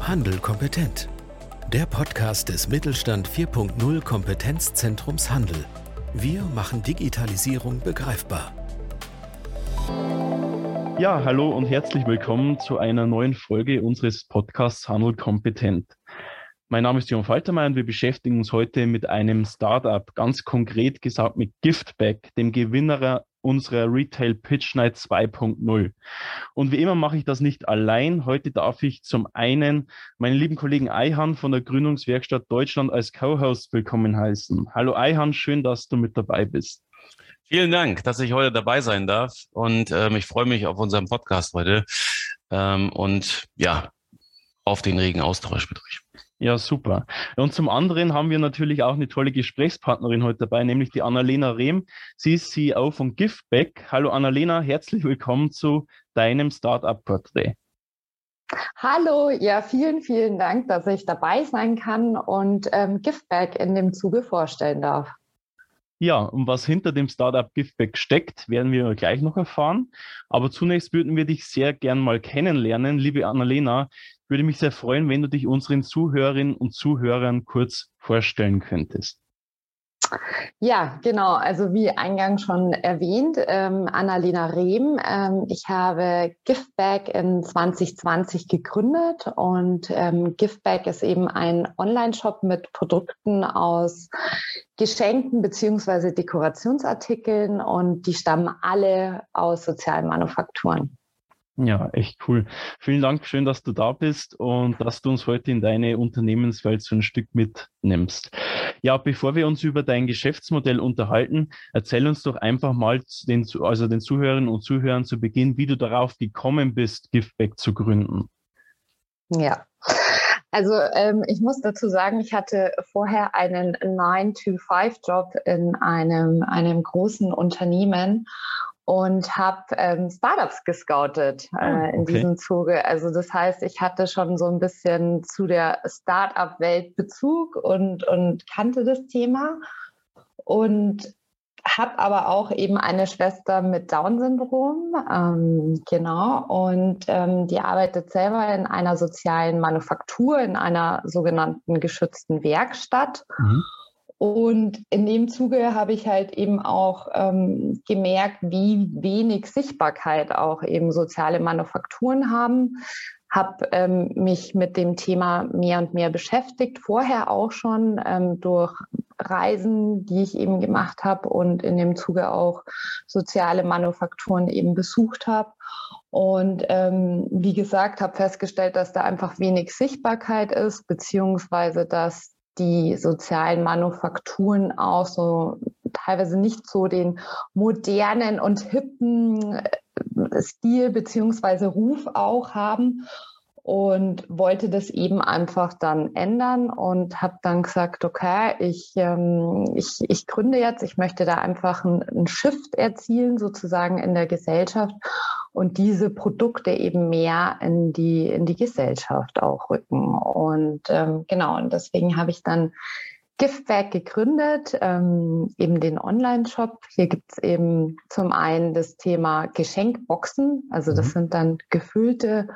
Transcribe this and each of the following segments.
Handel kompetent. Der Podcast des Mittelstand 4.0 Kompetenzzentrums Handel. Wir machen Digitalisierung begreifbar. Ja, hallo und herzlich willkommen zu einer neuen Folge unseres Podcasts Handel kompetent. Mein Name ist Jon Faltermeier und wir beschäftigen uns heute mit einem Startup, ganz konkret gesagt mit Giftback, dem Gewinner unserer Retail Pitch Night 2.0. Und wie immer mache ich das nicht allein. Heute darf ich zum einen meinen lieben Kollegen Ayhan von der Gründungswerkstatt Deutschland als Co-Host willkommen heißen. Hallo Ayhan, schön, dass du mit dabei bist. Vielen Dank, dass ich heute dabei sein darf und ich freue mich auf unseren Podcast heute und ja, auf den regen Austausch mit euch. Ja, super. Und zum anderen haben wir natürlich auch eine tolle Gesprächspartnerin heute dabei, nämlich die Annalena Rehm. Sie ist CEO von Giftback. Hallo Annalena, herzlich willkommen zu deinem Startup-Porträt. Hallo, ja, vielen Dank, dass ich dabei sein kann und Giftback in dem Zuge vorstellen darf. Ja, und was hinter dem Startup Giftback steckt, werden wir gleich noch erfahren. Aber zunächst würden wir dich sehr gern mal kennenlernen. Liebe Annalena, ich würde mich sehr freuen, wenn du dich unseren Zuhörerinnen und Zuhörern kurz vorstellen könntest. Ja, genau. Also wie eingangs schon erwähnt, Annalena Rehm. Ich habe Giftback in 2020 gegründet und Giftback ist eben ein Online-Shop mit Produkten aus Geschenken beziehungsweise Dekorationsartikeln und die stammen alle aus sozialen Manufakturen. Ja, echt cool. Vielen Dank, schön, dass du da bist und dass du uns heute in deine Unternehmenswelt so ein Stück mitnimmst. Ja, bevor wir uns über dein Geschäftsmodell unterhalten, erzähl uns doch einfach mal den Zuhörerinnen und Zuhörern zu Beginn, wie du darauf gekommen bist, Giftback zu gründen. Ja. Also ich muss dazu sagen, ich hatte vorher einen 9-to-5-Job in einem großen Unternehmen und habe Startups gescoutet in diesem Zuge. Also das heißt, ich hatte schon so ein bisschen zu der Startup-Welt Bezug und kannte das Thema und habe aber auch eben eine Schwester mit Down-Syndrom, genau, und die arbeitet selber in einer sozialen Manufaktur, in einer sogenannten geschützten Werkstatt. Mhm. Und in dem Zuge habe ich halt eben auch gemerkt, wie wenig Sichtbarkeit auch eben soziale Manufakturen haben. Habe mich mit dem Thema mehr und mehr beschäftigt, vorher auch schon durch Reisen, die ich eben gemacht habe und in dem Zuge auch soziale Manufakturen eben besucht habe. Und wie gesagt, habe festgestellt, dass da einfach wenig Sichtbarkeit ist, beziehungsweise dass die sozialen Manufakturen auch so teilweise nicht so den modernen und hippen Stil beziehungsweise Ruf auch haben und wollte das eben einfach dann ändern und habe dann gesagt, okay, ich gründe jetzt, ich möchte da einfach einen Shift erzielen sozusagen in der Gesellschaft und diese Produkte eben mehr in die Gesellschaft auch rücken. Und genau, und deswegen habe ich dann Giftback gegründet, eben den Online-Shop. Hier gibt es eben zum einen das Thema Geschenkboxen, also das sind dann gefüllte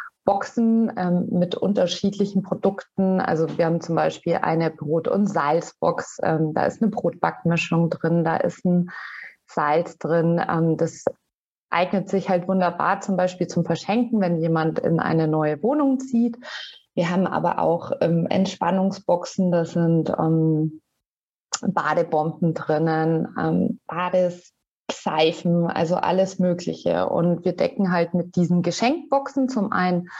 Boxen mit unterschiedlichen Produkten. Also wir haben zum Beispiel eine Brot- und Salzbox, da ist eine Brotbackmischung drin, da ist ein Salz drin. Das eignet sich halt wunderbar zum Beispiel zum Verschenken, wenn jemand in eine neue Wohnung zieht. Wir haben aber auch Entspannungsboxen, da sind Badebomben drinnen, Badeseifen, also alles Mögliche. Und wir decken halt mit diesen Geschenkboxen zum einen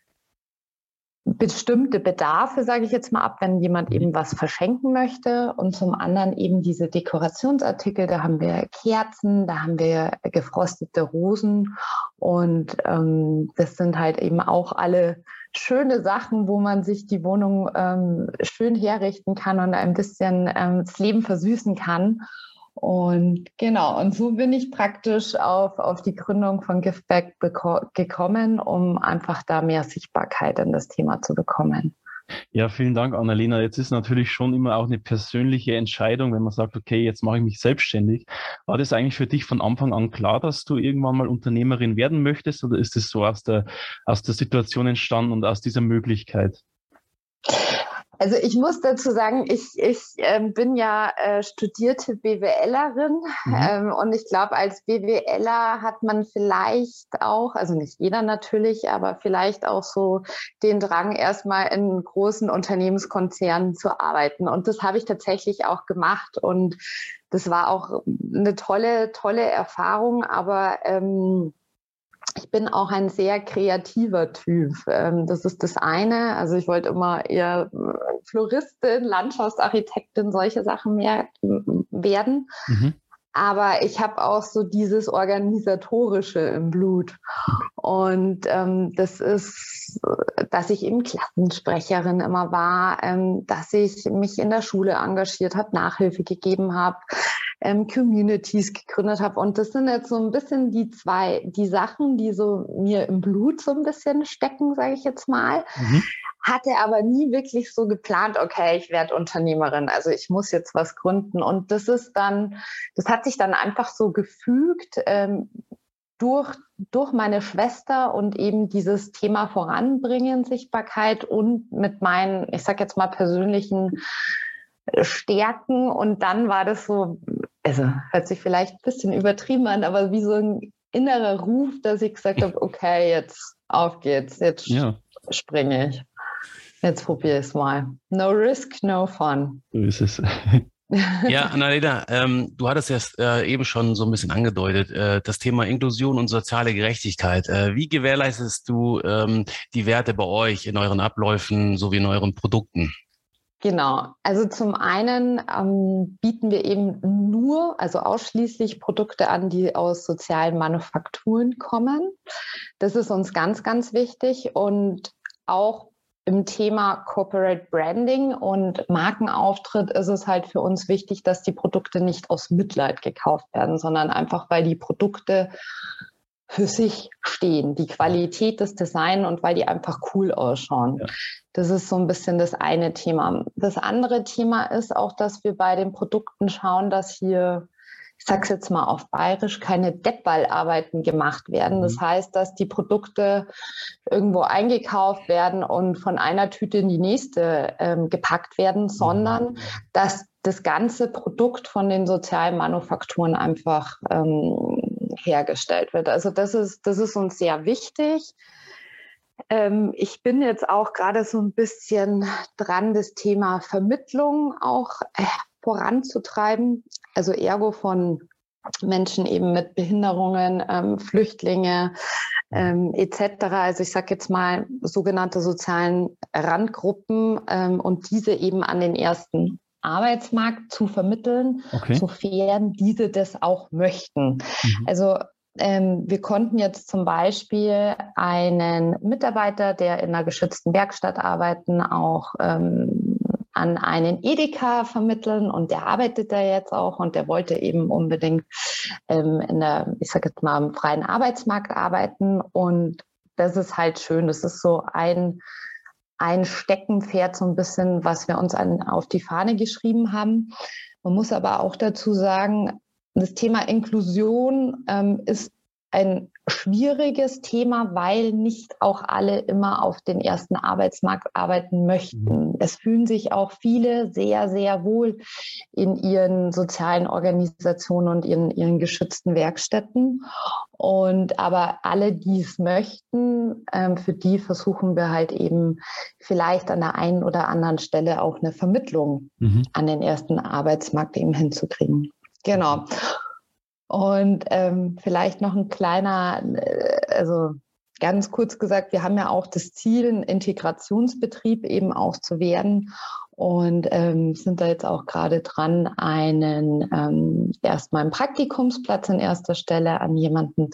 bestimmte Bedarfe, sage ich jetzt mal ab, wenn jemand eben was verschenken möchte und zum anderen eben diese Dekorationsartikel, da haben wir Kerzen, da haben wir gefrostete Rosen und das sind halt eben auch alle schöne Sachen, wo man sich die Wohnung schön herrichten kann und ein bisschen das Leben versüßen kann. Und genau, und so bin ich praktisch auf die Gründung von Giftback gekommen, um einfach da mehr Sichtbarkeit in das Thema zu bekommen. Ja, vielen Dank, Annalena. Jetzt ist natürlich schon immer auch eine persönliche Entscheidung, wenn man sagt, okay, jetzt mache ich mich selbstständig. War das eigentlich für dich von Anfang an klar, dass du irgendwann mal Unternehmerin werden möchtest, oder ist es so aus der Situation entstanden und aus dieser Möglichkeit? Also ich muss dazu sagen, ich bin ja studierte BWLerin und ich glaube, als BWLer hat man vielleicht auch, also nicht jeder natürlich, aber vielleicht auch so den Drang, erstmal in großen Unternehmenskonzernen zu arbeiten. Und das habe ich tatsächlich auch gemacht und das war auch eine tolle Erfahrung, aber ich bin auch ein sehr kreativer Typ. Das ist das eine. Also ich wollte immer eher Floristin, Landschaftsarchitektin, solche Sachen mehr werden. Mhm. Aber ich habe auch so dieses Organisatorische im Blut. Und das ist, dass ich eben Klassensprecherin immer war, dass ich mich in der Schule engagiert habe, Nachhilfe gegeben habe, Communities gegründet habe. Und das sind jetzt so ein bisschen die Sachen, die so mir im Blut so ein bisschen stecken, sage ich jetzt mal. Mhm. Hatte aber nie wirklich so geplant, okay, ich werde Unternehmerin, also ich muss jetzt was gründen. Und das hat sich dann einfach so gefügt durch meine Schwester und eben dieses Thema Voranbringen, Sichtbarkeit und mit meinen, ich sag jetzt mal, persönlichen Stärken. Und dann war das so, also hört sich vielleicht ein bisschen übertrieben an, aber wie so ein innerer Ruf, dass ich gesagt habe, okay, jetzt auf geht's, jetzt springe ich. Jetzt probiere ich es mal. No risk, no fun. So ist es. Ja, Annalena, du hattest ja eben schon so ein bisschen angedeutet, das Thema Inklusion und soziale Gerechtigkeit. Wie gewährleistest du die Werte bei euch in euren Abläufen sowie in euren Produkten? Genau. Also zum einen bieten wir eben also ausschließlich Produkte an, die aus sozialen Manufakturen kommen. Das ist uns ganz, ganz wichtig. Und auch im Thema Corporate Branding und Markenauftritt ist es halt für uns wichtig, dass die Produkte nicht aus Mitleid gekauft werden, sondern einfach, weil die Produkte für sich stehen, die Qualität des Designs und weil die einfach cool ausschauen. Ja. Das ist so ein bisschen das eine Thema. Das andere Thema ist auch, dass wir bei den Produkten schauen, dass hier, ich sage es jetzt mal auf Bayerisch, keine Deppballarbeiten gemacht werden. Das heißt, dass die Produkte irgendwo eingekauft werden und von einer Tüte in die nächste gepackt werden, sondern dass das ganze Produkt von den sozialen Manufakturen einfach hergestellt wird. Also das ist uns sehr wichtig. Ich bin jetzt auch gerade so ein bisschen dran, das Thema Vermittlung auch voranzutreiben, also ergo von Menschen eben mit Behinderungen, Flüchtlinge etc. Also ich sage jetzt mal sogenannte sozialen Randgruppen und diese eben an den ersten Arbeitsmarkt zu vermitteln, sofern diese das auch möchten. Also wir konnten jetzt zum Beispiel einen Mitarbeiter, der in einer geschützten Werkstatt arbeiten, auch an einen Edeka vermitteln und der arbeitet da jetzt auch und der wollte eben unbedingt ich sage jetzt mal, im freien Arbeitsmarkt arbeiten und das ist halt schön. Das ist so ein Steckenpferd, so ein bisschen, was wir uns auf die Fahne geschrieben haben. Man muss aber auch dazu sagen, das Thema Inklusion ist ein schwieriges Thema, weil nicht auch alle immer auf den ersten Arbeitsmarkt arbeiten möchten. Es fühlen sich auch viele sehr, sehr wohl in ihren sozialen Organisationen und in ihren geschützten Werkstätten. Aber alle, die es möchten, für die versuchen wir halt eben vielleicht an der einen oder anderen Stelle auch eine Vermittlung an den ersten Arbeitsmarkt eben hinzukriegen. Genau. Und vielleicht noch ein kleiner, also ganz kurz gesagt, wir haben ja auch das Ziel, ein Integrationsbetrieb eben auch zu werden und sind da jetzt auch gerade dran, erstmal einen Praktikumsplatz an erster Stelle an jemanden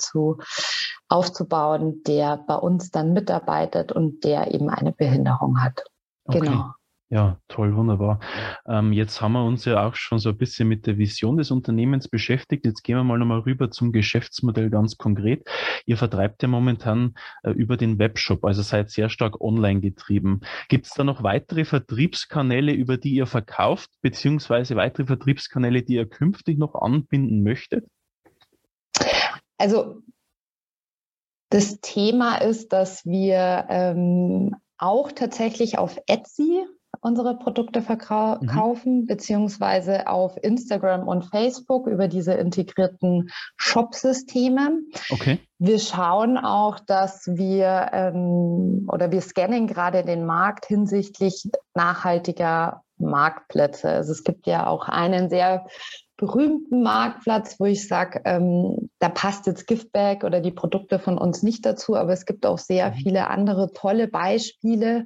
aufzubauen, der bei uns dann mitarbeitet und der eben eine Behinderung hat. Okay. Genau. Ja, toll, wunderbar. Jetzt haben wir uns ja auch schon so ein bisschen mit der Vision des Unternehmens beschäftigt. Jetzt gehen wir mal nochmal rüber zum Geschäftsmodell ganz konkret. Ihr vertreibt ja momentan über den Webshop, also seid sehr stark online getrieben. Gibt es da noch weitere Vertriebskanäle, über die ihr verkauft, beziehungsweise weitere Vertriebskanäle, die ihr künftig noch anbinden möchtet? Also das Thema ist, dass wir auch tatsächlich auf Etsy unsere Produkte verkaufen, beziehungsweise auf Instagram und Facebook über diese integrierten Shop-Systeme. Okay. Wir schauen auch, dass wir wir scannen gerade den Markt hinsichtlich nachhaltiger Marktplätze. Also es gibt ja auch einen sehr berühmten Marktplatz, wo ich sage, da passt jetzt Giftbag oder die Produkte von uns nicht dazu, aber es gibt auch sehr viele andere tolle Beispiele,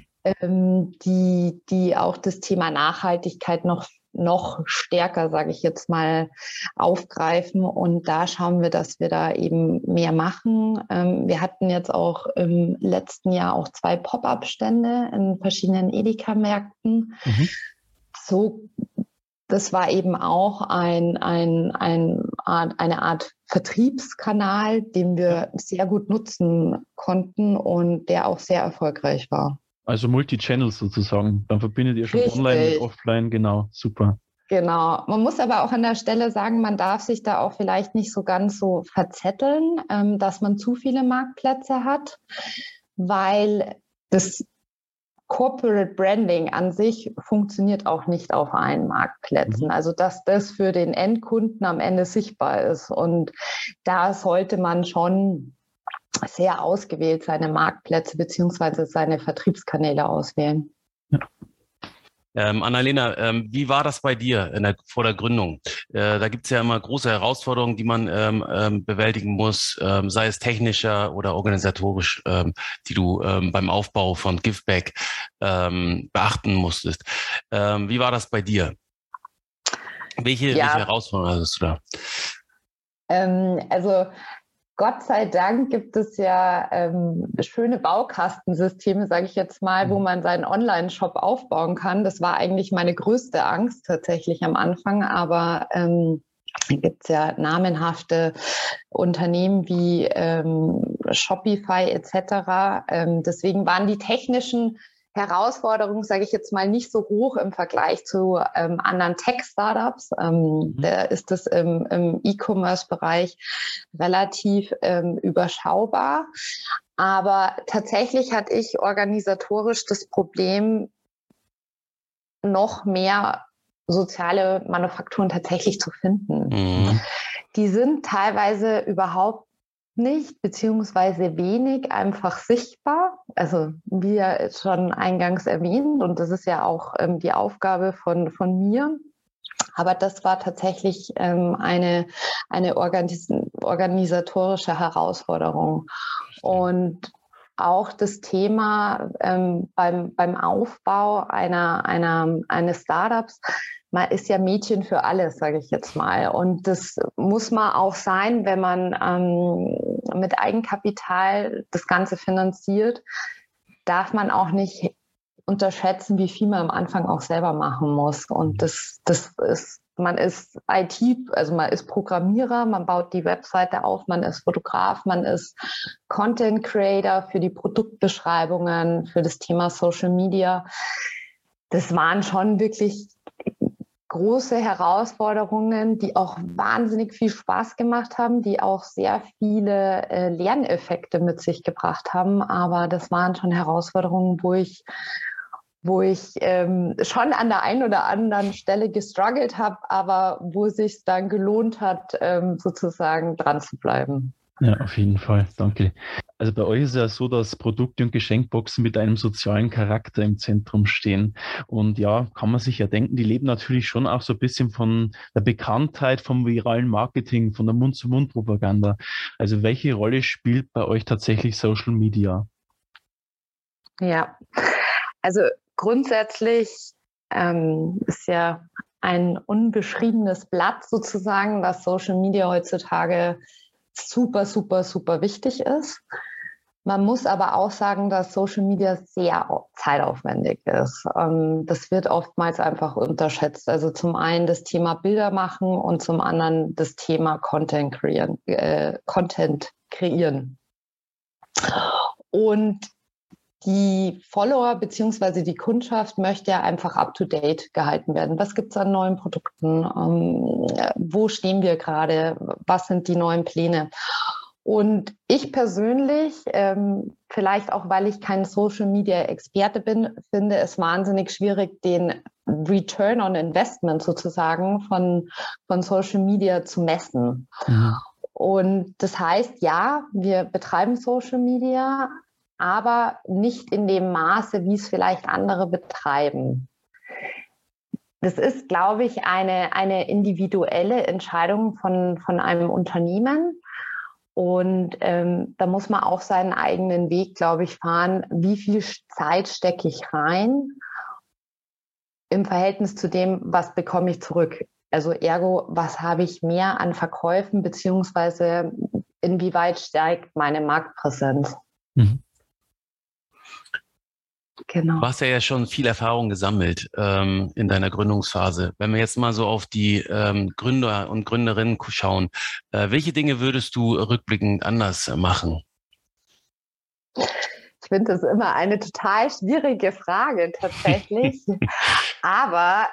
die auch das Thema Nachhaltigkeit noch stärker, sage ich jetzt mal, aufgreifen. Und da schauen wir, dass wir da eben mehr machen. Wir hatten jetzt auch im letzten Jahr auch 2 Pop-up-Stände in verschiedenen Edeka-Märkten. Das war eben auch eine Art Vertriebskanal, den wir sehr gut nutzen konnten und der auch sehr erfolgreich war. Also Multi-Channel sozusagen. Dann verbindet ihr schon online mit offline, genau, super. Genau. Man muss aber auch an der Stelle sagen, man darf sich da auch vielleicht nicht so ganz so verzetteln, dass man zu viele Marktplätze hat, weil das Corporate Branding an sich funktioniert auch nicht auf allen Marktplätzen. Also dass das für den Endkunden am Ende sichtbar ist. Und da sollte man schon sehr ausgewählt seine Marktplätze bzw. seine Vertriebskanäle auswählen. Ja. Annalena, wie war das bei dir vor der Gründung? Da gibt es ja immer große Herausforderungen, die man bewältigen muss, sei es technischer oder organisatorisch, die du beim Aufbau von Giftbag beachten musstest. Wie war das bei dir? Welche Herausforderungen hattest du da? Also Gott sei Dank gibt es ja schöne Baukastensysteme, sage ich jetzt mal, wo man seinen Online-Shop aufbauen kann. Das war eigentlich meine größte Angst tatsächlich am Anfang, aber gibt es ja namenhafte Unternehmen wie Shopify etc. Deswegen waren die technischen Herausforderungen, sage ich jetzt mal, nicht so hoch im Vergleich zu anderen Tech-Startups. Da ist es im E-Commerce-Bereich relativ überschaubar. Aber tatsächlich hatte ich organisatorisch das Problem, noch mehr soziale Manufakturen tatsächlich zu finden. Die sind teilweise überhaupt nicht, beziehungsweise wenig einfach sichtbar. Also wie ja schon eingangs erwähnt, und das ist ja auch die Aufgabe von mir. Aber das war tatsächlich eine organisatorische Herausforderung. Und auch das Thema beim Aufbau eines Startups, man ist ja Mädchen für alles, sage ich jetzt mal. Und das muss man auch sein, wenn man mit Eigenkapital das Ganze finanziert, darf man auch nicht unterschätzen, wie viel man am Anfang auch selber machen muss. Und man ist IT, also man ist Programmierer, man baut die Webseite auf, man ist Fotograf, man ist Content Creator für die Produktbeschreibungen, für das Thema Social Media. Das waren schon wirklich große Herausforderungen, die auch wahnsinnig viel Spaß gemacht haben, die auch sehr viele Lerneffekte mit sich gebracht haben. Aber das waren schon Herausforderungen, wo ich schon an der einen oder anderen Stelle gestruggelt habe, aber wo es sich dann gelohnt hat, sozusagen dran zu bleiben. Ja, auf jeden Fall. Danke. Also bei euch ist es ja so, dass Produkte und Geschenkboxen mit einem sozialen Charakter im Zentrum stehen. Und ja, kann man sich ja denken, die leben natürlich schon auch so ein bisschen von der Bekanntheit, vom viralen Marketing, von der Mund-zu-Mund-Propaganda. Also welche Rolle spielt bei euch tatsächlich Social Media? Ja, also grundsätzlich ist ja ein unbeschriebenes Blatt sozusagen, dass Social Media heutzutage super, super, super wichtig ist. Man muss aber auch sagen, dass Social Media sehr zeitaufwendig ist. Das wird oftmals einfach unterschätzt. Also zum einen das Thema Bilder machen und zum anderen das Thema Content kreieren. Und die Follower bzw. die Kundschaft möchte ja einfach up-to-date gehalten werden. Was gibt es an neuen Produkten? Wo stehen wir gerade? Was sind die neuen Pläne? Und ich persönlich, vielleicht auch, weil ich kein Social-Media-Experte bin, finde es wahnsinnig schwierig, den Return on Investment sozusagen von Social Media zu messen. Mhm. Und das heißt, ja, wir betreiben Social Media, aber nicht in dem Maße, wie es vielleicht andere betreiben. Das ist, glaube ich, eine individuelle Entscheidung von einem Unternehmen. Und da muss man auch seinen eigenen Weg, glaube ich, fahren. Wie viel Zeit stecke ich rein im Verhältnis zu dem, was bekomme ich zurück? Also ergo, was habe ich mehr an Verkäufen, beziehungsweise inwieweit steigt meine Marktpräsenz? Mhm. Genau. Du hast ja schon viel Erfahrung gesammelt in deiner Gründungsphase. Wenn wir jetzt mal so auf die Gründer und Gründerinnen schauen, welche Dinge würdest du rückblickend anders machen? Ich finde das immer eine total schwierige Frage tatsächlich. Aber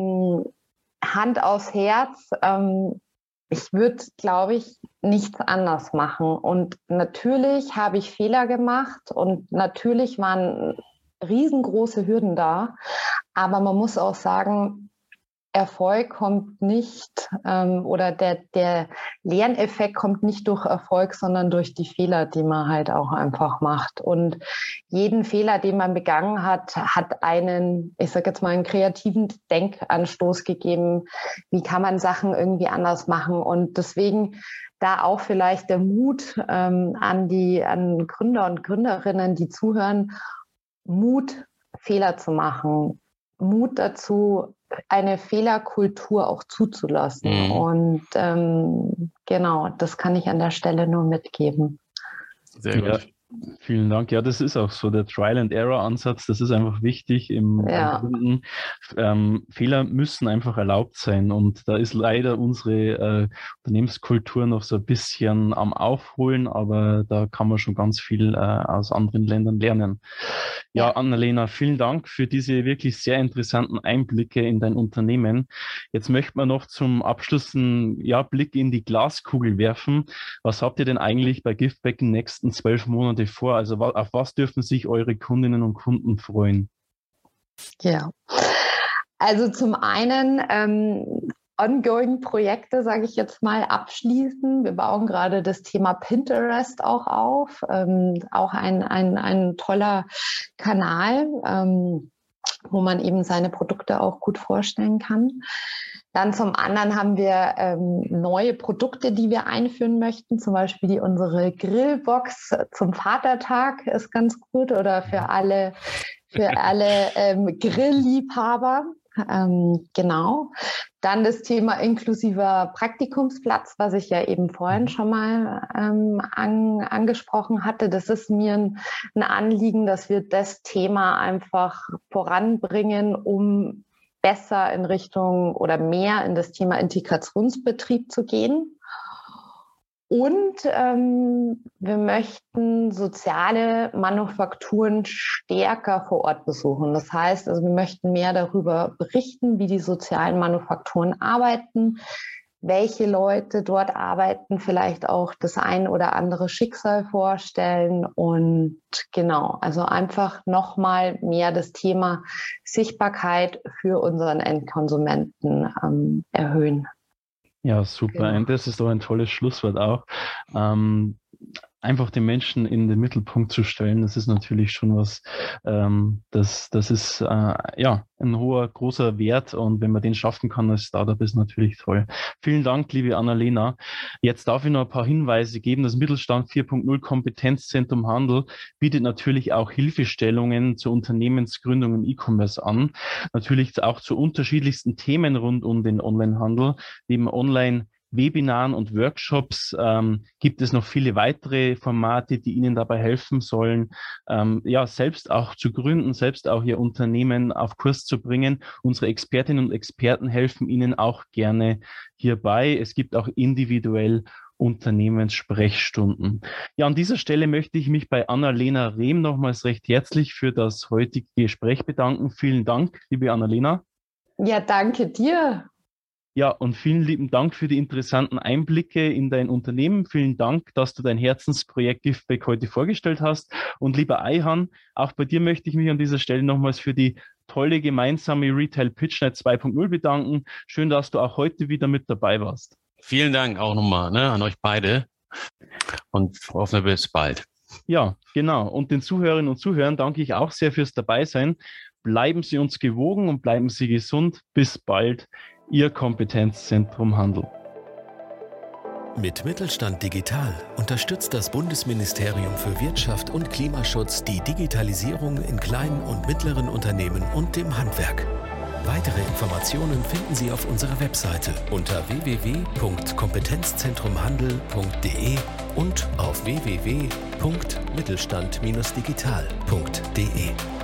Hand aufs Herz, ich würde, glaube ich, nichts anders machen. Und natürlich habe ich Fehler gemacht und natürlich waren riesengroße Hürden da, aber man muss auch sagen, Erfolg kommt nicht oder der Lerneffekt kommt nicht durch Erfolg, sondern durch die Fehler, die man halt auch einfach macht. Und jeden Fehler, den man begangen hat, hat einen, ich sage jetzt mal, einen kreativen Denkanstoß gegeben. Wie kann man Sachen irgendwie anders machen? Und deswegen da auch vielleicht der Mut an Gründer und Gründerinnen, die zuhören, Mut, Fehler zu machen, Mut dazu, eine Fehlerkultur auch zuzulassen. Mhm. Und genau, das kann ich an der Stelle nur mitgeben. Sehr gut. Ja. Vielen Dank. Ja, das ist auch so der Trial-and-Error-Ansatz. Das ist einfach wichtig im Gründen. Fehler müssen einfach erlaubt sein. Und da ist leider unsere Unternehmenskultur noch so ein bisschen am Aufholen, aber da kann man schon ganz viel aus anderen Ländern lernen. Ja, Annalena, vielen Dank für diese wirklich sehr interessanten Einblicke in dein Unternehmen. Jetzt möchte man noch zum Abschluss einen Blick in die Glaskugel werfen. Was habt ihr denn eigentlich bei Giftback in den nächsten 12 Monaten vor? Also auf was dürfen sich eure Kundinnen und Kunden freuen? Ja, also zum einen ongoing Projekte, sage ich jetzt mal, abschließen. Wir bauen gerade das Thema Pinterest auch auf, auch ein toller Kanal, wo man eben seine Produkte auch gut vorstellen kann. Dann zum anderen haben wir neue Produkte, die wir einführen möchten, zum Beispiel unsere Grillbox zum Vatertag ist ganz gut oder für alle Grillliebhaber. Genau. Dann das Thema inklusiver Praktikumsplatz, was ich ja eben vorhin schon mal angesprochen hatte. Das ist mir ein Anliegen, dass wir das Thema einfach voranbringen, um besser in Richtung oder mehr in das Thema Integrationsbetrieb zu gehen. Und wir möchten soziale Manufakturen stärker vor Ort besuchen. Das heißt, also wir möchten mehr darüber berichten, wie die sozialen Manufakturen arbeiten, welche Leute dort arbeiten, vielleicht auch das ein oder andere Schicksal vorstellen und genau, also einfach nochmal mehr das Thema Sichtbarkeit für unseren Endkonsumenten erhöhen. Ja, super. Genau. Das ist doch ein tolles Schlusswort auch. Einfach den Menschen in den Mittelpunkt zu stellen, das ist natürlich schon was, das ist ein hoher, großer Wert und wenn man den schaffen kann als Startup, ist natürlich toll. Vielen Dank, liebe Annalena. Jetzt darf ich noch ein paar Hinweise geben. Das Mittelstand 4.0 Kompetenzzentrum Handel bietet natürlich auch Hilfestellungen zur Unternehmensgründung im E-Commerce an. Natürlich auch zu unterschiedlichsten Themen rund um den Onlinehandel, neben Online Webinaren und Workshops gibt es noch viele weitere Formate, die Ihnen dabei helfen sollen, selbst auch zu gründen, selbst auch Ihr Unternehmen auf Kurs zu bringen. Unsere Expertinnen und Experten helfen Ihnen auch gerne hierbei. Es gibt auch individuell Unternehmenssprechstunden. Ja, an dieser Stelle möchte ich mich bei Annalena Rehm nochmals recht herzlich für das heutige Gespräch bedanken. Vielen Dank, liebe Annalena. Ja, danke dir. Ja, und vielen lieben Dank für die interessanten Einblicke in dein Unternehmen. Vielen Dank, dass du dein Herzensprojekt Giftback heute vorgestellt hast. Und lieber Ayhan, auch bei dir möchte ich mich an dieser Stelle nochmals für die tolle gemeinsame Retail Pitch Night 2.0 bedanken. Schön, dass du auch heute wieder mit dabei warst. Vielen Dank auch nochmal an euch beide und hoffen wir bis bald. Ja, genau. Und den Zuhörerinnen und Zuhörern danke ich auch sehr fürs Dabeisein. Bleiben Sie uns gewogen und bleiben Sie gesund. Bis bald. Ihr Kompetenzzentrum Handel. Mit Mittelstand Digital unterstützt das Bundesministerium für Wirtschaft und Klimaschutz die Digitalisierung in kleinen und mittleren Unternehmen und dem Handwerk. Weitere Informationen finden Sie auf unserer Webseite unter www.kompetenzzentrumhandel.de und auf www.mittelstand-digital.de.